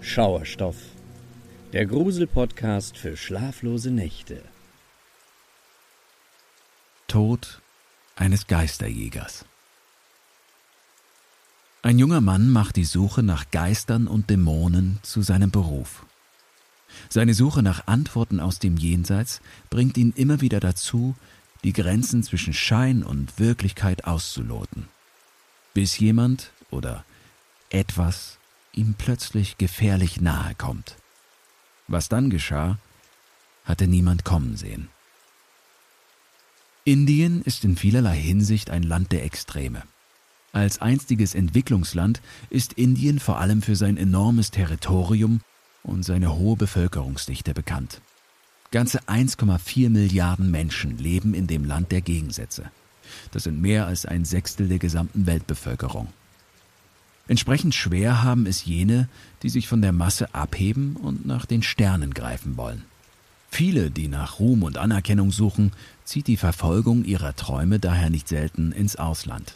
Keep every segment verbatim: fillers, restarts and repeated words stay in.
Schauerstoff, der Grusel-Podcast für schlaflose Nächte. Tod eines Geisterjägers. Ein junger Mann macht die Suche nach Geistern und Dämonen zu seinem Beruf. Seine Suche nach Antworten aus dem Jenseits bringt ihn immer wieder dazu, die Grenzen zwischen Schein und Wirklichkeit auszuloten, bis jemand oder etwas ihm plötzlich gefährlich nahe kommt. Was dann geschah, hatte niemand kommen sehen. Indien ist in vielerlei Hinsicht ein Land der Extreme. Als einstiges Entwicklungsland ist Indien vor allem für sein enormes Territorium und seine hohe Bevölkerungsdichte bekannt. Ganze eins Komma vier Milliarden Menschen leben in dem Land der Gegensätze. Das sind mehr als ein Sechstel der gesamten Weltbevölkerung. Entsprechend schwer haben es jene, die sich von der Masse abheben und nach den Sternen greifen wollen. Viele, die nach Ruhm und Anerkennung suchen, zieht die Verfolgung ihrer Träume daher nicht selten ins Ausland.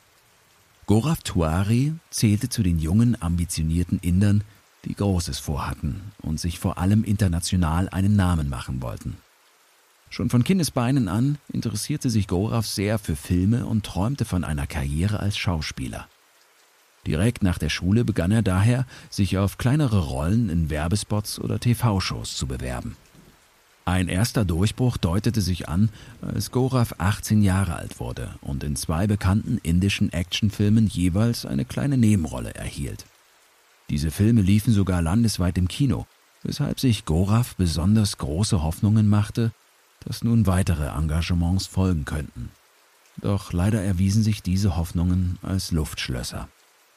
Gaurav Tiwari zählte zu den jungen, ambitionierten Indern, die Großes vorhatten und sich vor allem international einen Namen machen wollten. Schon von Kindesbeinen an interessierte sich Gaurav sehr für Filme und träumte von einer Karriere als Schauspieler. Direkt nach der Schule begann er daher, sich auf kleinere Rollen in Werbespots oder T V-Shows zu bewerben. Ein erster Durchbruch deutete sich an, als Gaurav achtzehn Jahre alt wurde und in zwei bekannten indischen Actionfilmen jeweils eine kleine Nebenrolle erhielt. Diese Filme liefen sogar landesweit im Kino, weshalb sich Gaurav besonders große Hoffnungen machte, dass nun weitere Engagements folgen könnten. Doch leider erwiesen sich diese Hoffnungen als Luftschlösser.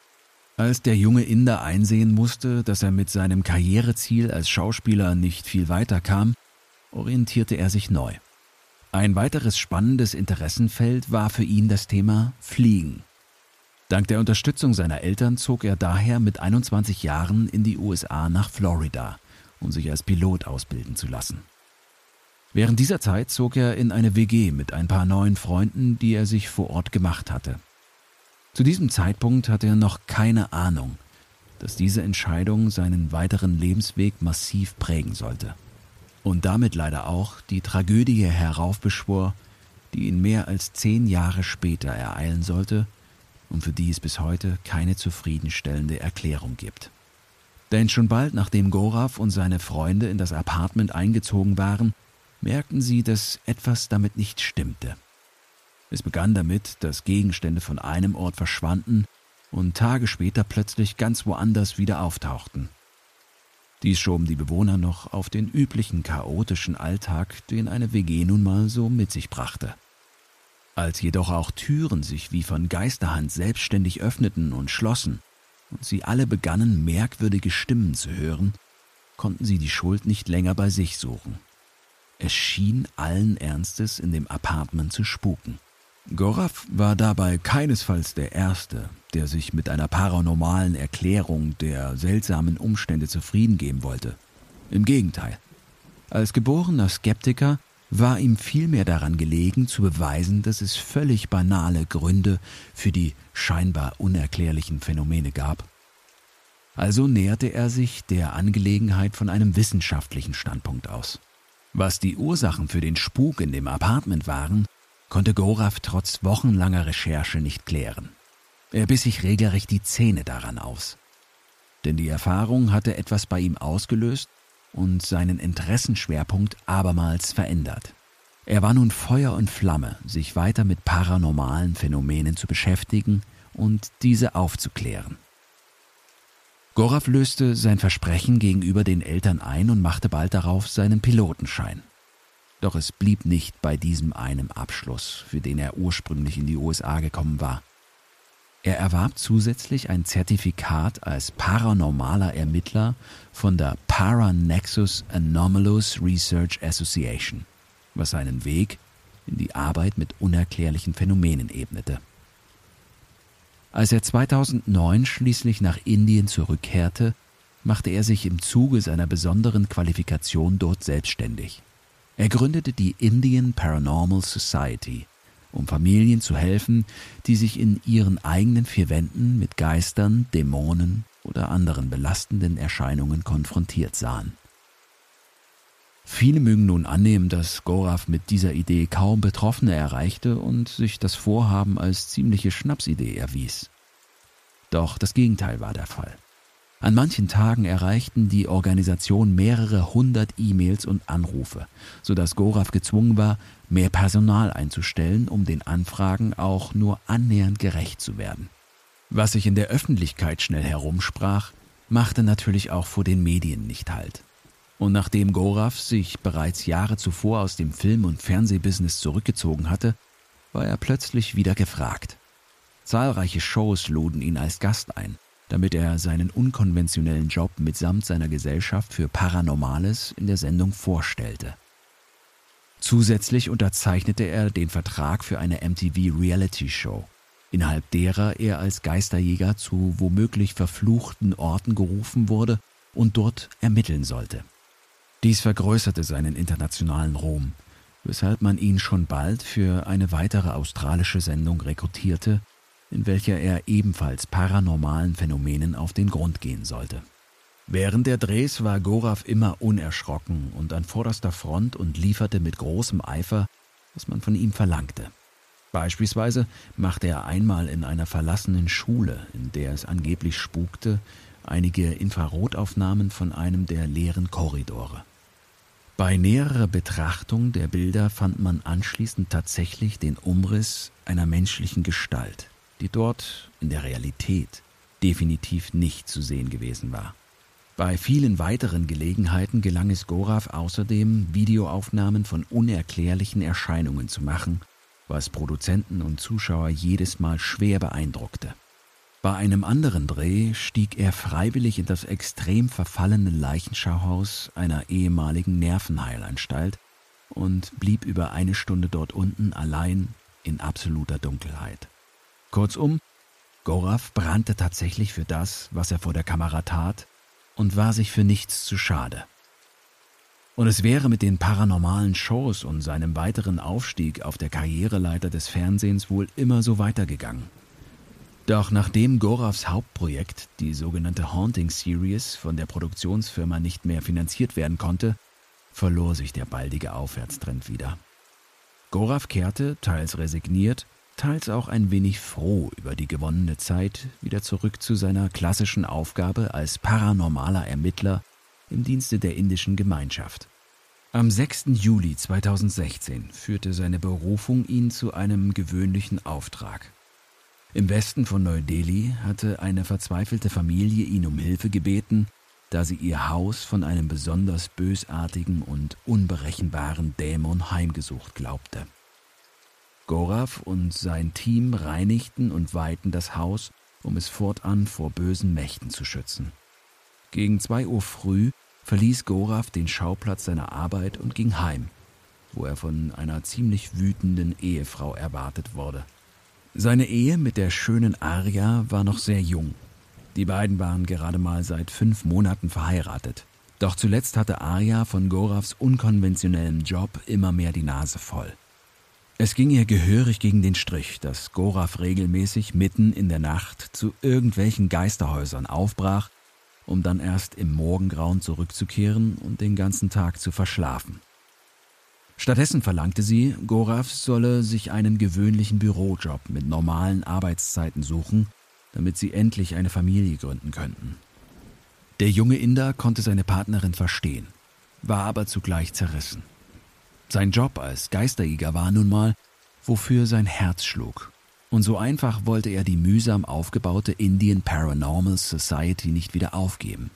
Als der junge Inder einsehen musste, dass er mit seinem Karriereziel als Schauspieler nicht viel weiter kam, orientierte er sich neu. Ein weiteres spannendes Interessenfeld war für ihn das Thema Fliegen. Dank der Unterstützung seiner Eltern zog er daher mit einundzwanzig Jahren in die U S A nach Florida, um sich als Pilot ausbilden zu lassen. Während dieser Zeit zog er in eine W G mit ein paar neuen Freunden, die er sich vor Ort gemacht hatte. Zu diesem Zeitpunkt hatte er noch keine Ahnung, dass diese Entscheidung seinen weiteren Lebensweg massiv prägen sollte. Und damit leider auch die Tragödie heraufbeschwor, die ihn mehr als zehn Jahre später ereilen sollte und für die es bis heute keine zufriedenstellende Erklärung gibt. Denn schon bald nachdem Gaurav und seine Freunde in das Apartment eingezogen waren, merkten sie, dass etwas damit nicht stimmte. Es begann damit, dass Gegenstände von einem Ort verschwanden und Tage später plötzlich ganz woanders wieder auftauchten. Dies schoben die Bewohner noch auf den üblichen chaotischen Alltag, den eine W G nun mal so mit sich brachte. Als jedoch auch Türen sich wie von Geisterhand selbstständig öffneten und schlossen und sie alle begannen, merkwürdige Stimmen zu hören, konnten sie die Schuld nicht länger bei sich suchen. Es schien allen Ernstes in dem Apartment zu spuken. Gaurav war dabei keinesfalls der Erste, der sich mit einer paranormalen Erklärung der seltsamen Umstände zufrieden geben wollte. Im Gegenteil. Als geborener Skeptiker war ihm vielmehr daran gelegen, zu beweisen, dass es völlig banale Gründe für die scheinbar unerklärlichen Phänomene gab. Also näherte er sich der Angelegenheit von einem wissenschaftlichen Standpunkt aus. Was die Ursachen für den Spuk in dem Apartment waren, konnte Gaurav trotz wochenlanger Recherche nicht klären. Er biss sich regelrecht die Zähne daran aus. Denn die Erfahrung hatte etwas bei ihm ausgelöst und seinen Interessenschwerpunkt abermals verändert. Er war nun Feuer und Flamme, sich weiter mit paranormalen Phänomenen zu beschäftigen und diese aufzuklären. Gaurav löste sein Versprechen gegenüber den Eltern ein und machte bald darauf seinen Pilotenschein. Doch es blieb nicht bei diesem einen Abschluss, für den er ursprünglich in die U S A gekommen war. Er erwarb zusätzlich ein Zertifikat als paranormaler Ermittler von der Paranexus Anomalous Research Association, was seinen Weg in die Arbeit mit unerklärlichen Phänomenen ebnete. Als er zweitausendneun schließlich nach Indien zurückkehrte, machte er sich im Zuge seiner besonderen Qualifikation dort selbstständig. Er gründete die Indian Paranormal Society, um Familien zu helfen, die sich in ihren eigenen vier Wänden mit Geistern, Dämonen oder anderen belastenden Erscheinungen konfrontiert sahen. Viele mögen nun annehmen, dass Gorath mit dieser Idee kaum Betroffene erreichte und sich das Vorhaben als ziemliche Schnapsidee erwies. Doch das Gegenteil war der Fall. An manchen Tagen erreichten die Organisation mehrere hundert E-Mails und Anrufe, sodass Gorath gezwungen war, mehr Personal einzustellen, um den Anfragen auch nur annähernd gerecht zu werden. Was sich in der Öffentlichkeit schnell herumsprach, machte natürlich auch vor den Medien nicht Halt. Und nachdem Gorath sich bereits Jahre zuvor aus dem Film- und Fernsehbusiness zurückgezogen hatte, war er plötzlich wieder gefragt. Zahlreiche Shows luden ihn als Gast ein, damit er seinen unkonventionellen Job mitsamt seiner Gesellschaft für Paranormales in der Sendung vorstellte. Zusätzlich unterzeichnete er den Vertrag für eine M T V-Reality-Show, innerhalb derer er als Geisterjäger zu womöglich verfluchten Orten gerufen wurde und dort ermitteln sollte. Dies vergrößerte seinen internationalen Ruhm, weshalb man ihn schon bald für eine weitere australische Sendung rekrutierte, in welcher er ebenfalls paranormalen Phänomenen auf den Grund gehen sollte. Während der Drehs war Gorath immer unerschrocken und an vorderster Front und lieferte mit großem Eifer, was man von ihm verlangte. Beispielsweise machte er einmal in einer verlassenen Schule, in der es angeblich spukte, einige Infrarotaufnahmen von einem der leeren Korridore. Bei näherer Betrachtung der Bilder fand man anschließend tatsächlich den Umriss einer menschlichen Gestalt, die dort in der Realität definitiv nicht zu sehen gewesen war. Bei vielen weiteren Gelegenheiten gelang es Gorath außerdem, Videoaufnahmen von unerklärlichen Erscheinungen zu machen, was Produzenten und Zuschauer jedes Mal schwer beeindruckte. Bei einem anderen Dreh stieg er freiwillig in das extrem verfallene Leichenschauhaus einer ehemaligen Nervenheilanstalt und blieb über eine Stunde dort unten allein in absoluter Dunkelheit. Kurzum, Gorath brannte tatsächlich für das, was er vor der Kamera tat, und war sich für nichts zu schade. Und es wäre mit den paranormalen Shows und seinem weiteren Aufstieg auf der Karriereleiter des Fernsehens wohl immer so weitergegangen. Doch nachdem Goraths Hauptprojekt, die sogenannte Haunting Series, von der Produktionsfirma nicht mehr finanziert werden konnte, verlor sich der baldige Aufwärtstrend wieder. Gorath kehrte, teils resigniert, teils auch ein wenig froh über die gewonnene Zeit, wieder zurück zu seiner klassischen Aufgabe als paranormaler Ermittler im Dienste der indischen Gemeinschaft. Am sechsten Juli zweitausendsechzehn führte seine Berufung ihn zu einem gewöhnlichen Auftrag. Im Westen von Neu-Delhi hatte eine verzweifelte Familie ihn um Hilfe gebeten, da sie ihr Haus von einem besonders bösartigen und unberechenbaren Dämon heimgesucht glaubte. Gorath und sein Team reinigten und weihten das Haus, um es fortan vor bösen Mächten zu schützen. Gegen zwei Uhr früh verließ Gorath den Schauplatz seiner Arbeit und ging heim, wo er von einer ziemlich wütenden Ehefrau erwartet wurde. Seine Ehe mit der schönen Arya war noch sehr jung. Die beiden waren gerade mal seit fünf Monaten verheiratet. Doch zuletzt hatte Arya von Goraths unkonventionellem Job immer mehr die Nase voll. Es ging ihr gehörig gegen den Strich, dass Gorath regelmäßig mitten in der Nacht zu irgendwelchen Geisterhäusern aufbrach, um dann erst im Morgengrauen zurückzukehren und den ganzen Tag zu verschlafen. Stattdessen verlangte sie, Gorath solle sich einen gewöhnlichen Bürojob mit normalen Arbeitszeiten suchen, damit sie endlich eine Familie gründen könnten. Der junge Inder konnte seine Partnerin verstehen, war aber zugleich zerrissen. Sein Job als Geisterjäger war nun mal, wofür sein Herz schlug. Und so einfach wollte er die mühsam aufgebaute Indian Paranormal Society nicht wieder aufgeben.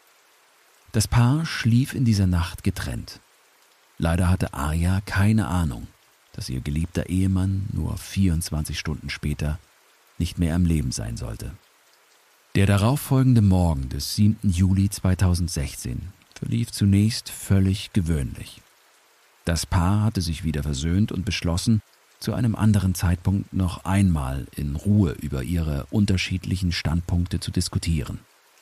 Das Paar schlief in dieser Nacht getrennt. Leider hatte Arya keine Ahnung, dass ihr geliebter Ehemann nur vierundzwanzig Stunden später nicht mehr am Leben sein sollte. Der darauffolgende Morgen des siebten Juli zweitausendsechzehn verlief zunächst völlig gewöhnlich. Das Paar hatte sich wieder versöhnt und beschlossen, zu einem anderen Zeitpunkt noch einmal in Ruhe über ihre unterschiedlichen Standpunkte zu diskutieren.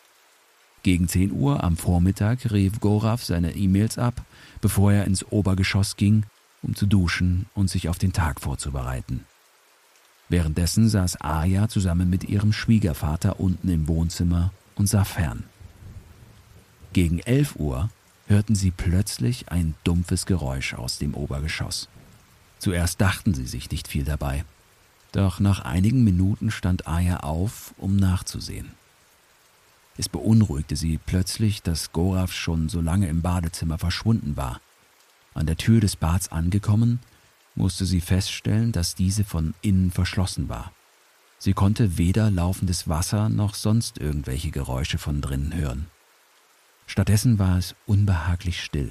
Gegen zehn Uhr am Vormittag rief Gorath seine E-Mails ab, bevor er ins Obergeschoss ging, um zu duschen und sich auf den Tag vorzubereiten. Währenddessen saß Arya zusammen mit ihrem Schwiegervater unten im Wohnzimmer und sah fern. Gegen elf Uhr hörten sie plötzlich ein dumpfes Geräusch aus dem Obergeschoss. Zuerst dachten sie sich nicht viel dabei, doch nach einigen Minuten stand Aya auf, um nachzusehen. Es beunruhigte sie plötzlich, dass Gorav schon so lange im Badezimmer verschwunden war. An der Tür des Bads angekommen, musste sie feststellen, dass diese von innen verschlossen war. Sie konnte weder laufendes Wasser noch sonst irgendwelche Geräusche von drinnen hören. Stattdessen war es unbehaglich still.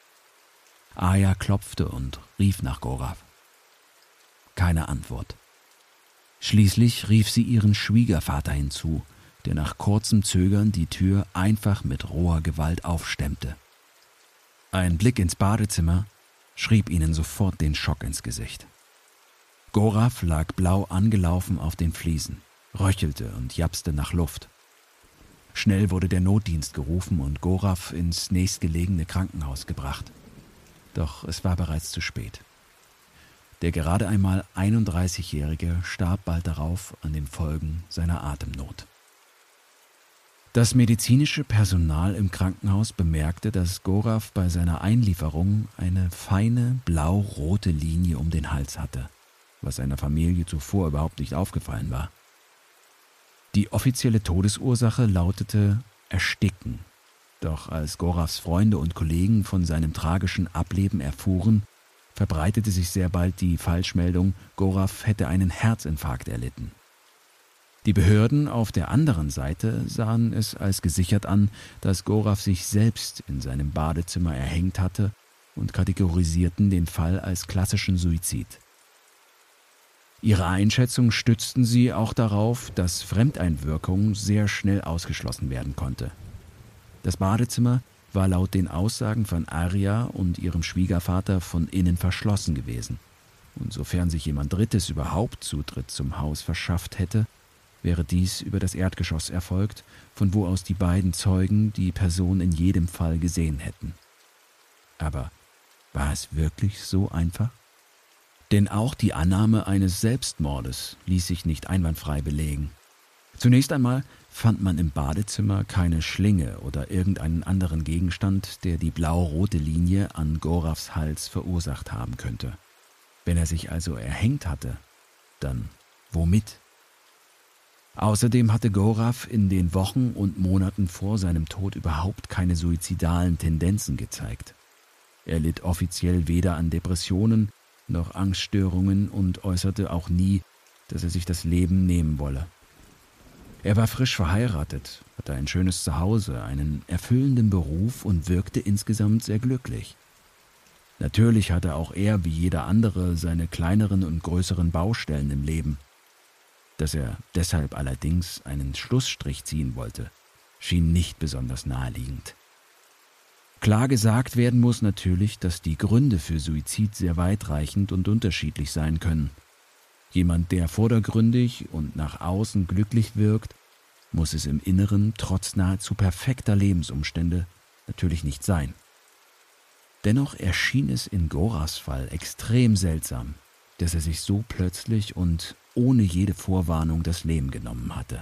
Aya klopfte und rief nach Gorav. Keine Antwort. Schließlich rief sie ihren Schwiegervater hinzu, der nach kurzem Zögern die Tür einfach mit roher Gewalt aufstemmte. Ein Blick ins Badezimmer schrieb ihnen sofort den Schock ins Gesicht. Gorav lag blau angelaufen auf den Fliesen, röchelte und japste nach Luft. Schnell wurde der Notdienst gerufen und Gorav ins nächstgelegene Krankenhaus gebracht. Doch es war bereits zu spät. Der gerade einmal einunddreißigjährige starb bald darauf an den Folgen seiner Atemnot. Das medizinische Personal im Krankenhaus bemerkte, dass Gorav bei seiner Einlieferung eine feine blau-rote Linie um den Hals hatte, was seiner Familie zuvor überhaupt nicht aufgefallen war. Die offizielle Todesursache lautete Ersticken, doch als Goravs Freunde und Kollegen von seinem tragischen Ableben erfuhren, verbreitete sich sehr bald die Falschmeldung, Gorav hätte einen Herzinfarkt erlitten. Die Behörden auf der anderen Seite sahen es als gesichert an, dass Gorav sich selbst in seinem Badezimmer erhängt hatte und kategorisierten den Fall als klassischen Suizid. Ihre Einschätzung stützten sie auch darauf, dass Fremdeinwirkung sehr schnell ausgeschlossen werden konnte. Das Badezimmer war laut den Aussagen von Arya und ihrem Schwiegervater von innen verschlossen gewesen. Und sofern sich jemand Drittes überhaupt Zutritt zum Haus verschafft hätte, wäre dies über das Erdgeschoss erfolgt, von wo aus die beiden Zeugen die Person in jedem Fall gesehen hätten. Aber war es wirklich so einfach? Denn auch die Annahme eines Selbstmordes ließ sich nicht einwandfrei belegen. Zunächst einmal fand man im Badezimmer keine Schlinge oder irgendeinen anderen Gegenstand, der die blau-rote Linie an Goravs Hals verursacht haben könnte. Wenn er sich also erhängt hatte, dann womit? Außerdem hatte Gorav in den Wochen und Monaten vor seinem Tod überhaupt keine suizidalen Tendenzen gezeigt. Er litt offiziell weder an Depressionen noch Angststörungen und äußerte auch nie, dass er sich das Leben nehmen wolle. Er war frisch verheiratet, hatte ein schönes Zuhause, einen erfüllenden Beruf und wirkte insgesamt sehr glücklich. Natürlich hatte auch er wie jeder andere seine kleineren und größeren Baustellen im Leben. Dass er deshalb allerdings einen Schlussstrich ziehen wollte, schien nicht besonders naheliegend. Klar gesagt werden muss natürlich, dass die Gründe für Suizid sehr weitreichend und unterschiedlich sein können. Jemand, der vordergründig und nach außen glücklich wirkt, muss es im Inneren trotz nahezu perfekter Lebensumstände natürlich nicht sein. Dennoch erschien es in Goravs Fall extrem seltsam, dass er sich so plötzlich und ohne jede Vorwarnung das Leben genommen hatte.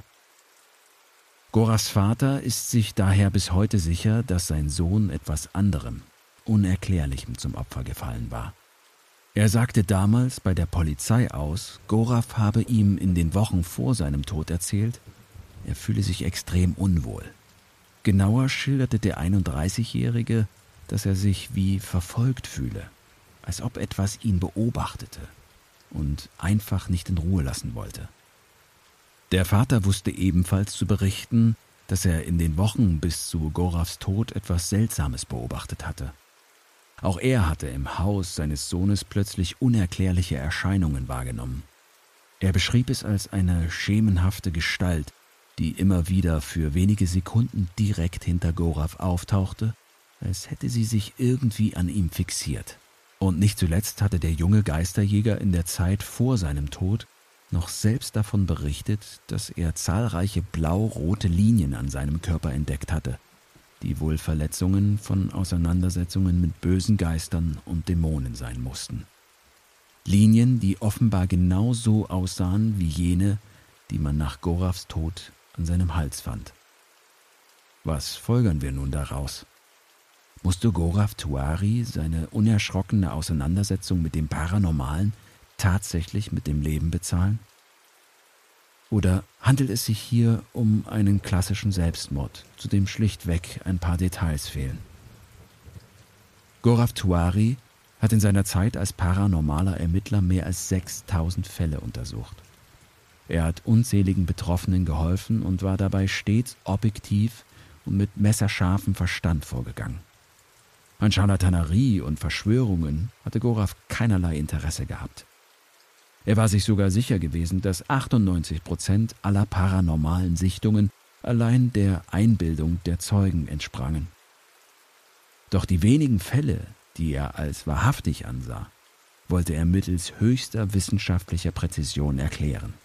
Goravs Vater ist sich daher bis heute sicher, dass sein Sohn etwas anderem, Unerklärlichem zum Opfer gefallen war. Er sagte damals bei der Polizei aus, Gorav habe ihm in den Wochen vor seinem Tod erzählt, er fühle sich extrem unwohl. Genauer schilderte der einunddreißigjährige, dass er sich wie verfolgt fühle, als ob etwas ihn beobachtete und einfach nicht in Ruhe lassen wollte. Der Vater wusste ebenfalls zu berichten, dass er in den Wochen bis zu Goravs Tod etwas Seltsames beobachtet hatte. Auch er hatte im Haus seines Sohnes plötzlich unerklärliche Erscheinungen wahrgenommen. Er beschrieb es als eine schemenhafte Gestalt, die immer wieder für wenige Sekunden direkt hinter Gorav auftauchte, als hätte sie sich irgendwie an ihm fixiert. Und nicht zuletzt hatte der junge Geisterjäger in der Zeit vor seinem Tod noch selbst davon berichtet, dass er zahlreiche blau-rote Linien an seinem Körper entdeckt hatte, die wohl Verletzungen von Auseinandersetzungen mit bösen Geistern und Dämonen sein mussten. Linien, die offenbar genau so aussahen wie jene, die man nach Goravs Tod an seinem Hals fand. Was folgern wir nun daraus? Musste Gaurav Tiwari seine unerschrockene Auseinandersetzung mit dem Paranormalen tatsächlich mit dem Leben bezahlen? Oder handelt es sich hier um einen klassischen Selbstmord, zu dem schlichtweg ein paar Details fehlen? Gaurav Tiwari hat in seiner Zeit als paranormaler Ermittler mehr als sechstausend Fälle untersucht. Er hat unzähligen Betroffenen geholfen und war dabei stets objektiv und mit messerscharfem Verstand vorgegangen. An Scharlatanerie und Verschwörungen hatte Gaurav keinerlei Interesse gehabt. Er war sich sogar sicher gewesen, dass achtundneunzig Prozent aller paranormalen Sichtungen allein der Einbildung der Zeugen entsprangen. Doch die wenigen Fälle, die er als wahrhaftig ansah, wollte er mittels höchster wissenschaftlicher Präzision erklären.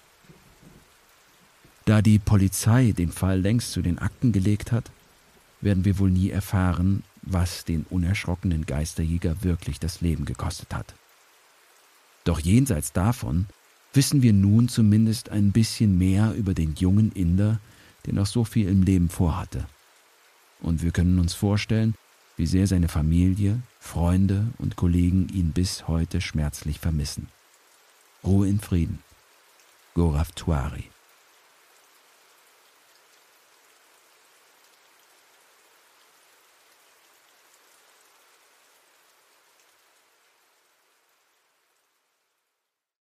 Da die Polizei den Fall längst zu den Akten gelegt hat, werden wir wohl nie erfahren, was den unerschrockenen Geisterjäger wirklich das Leben gekostet hat. Doch jenseits davon wissen wir nun zumindest ein bisschen mehr über den jungen Inder, der noch so viel im Leben vorhatte. Und wir können uns vorstellen, wie sehr seine Familie, Freunde und Kollegen ihn bis heute schmerzlich vermissen. Ruhe in Frieden. Gaurav Tiwari.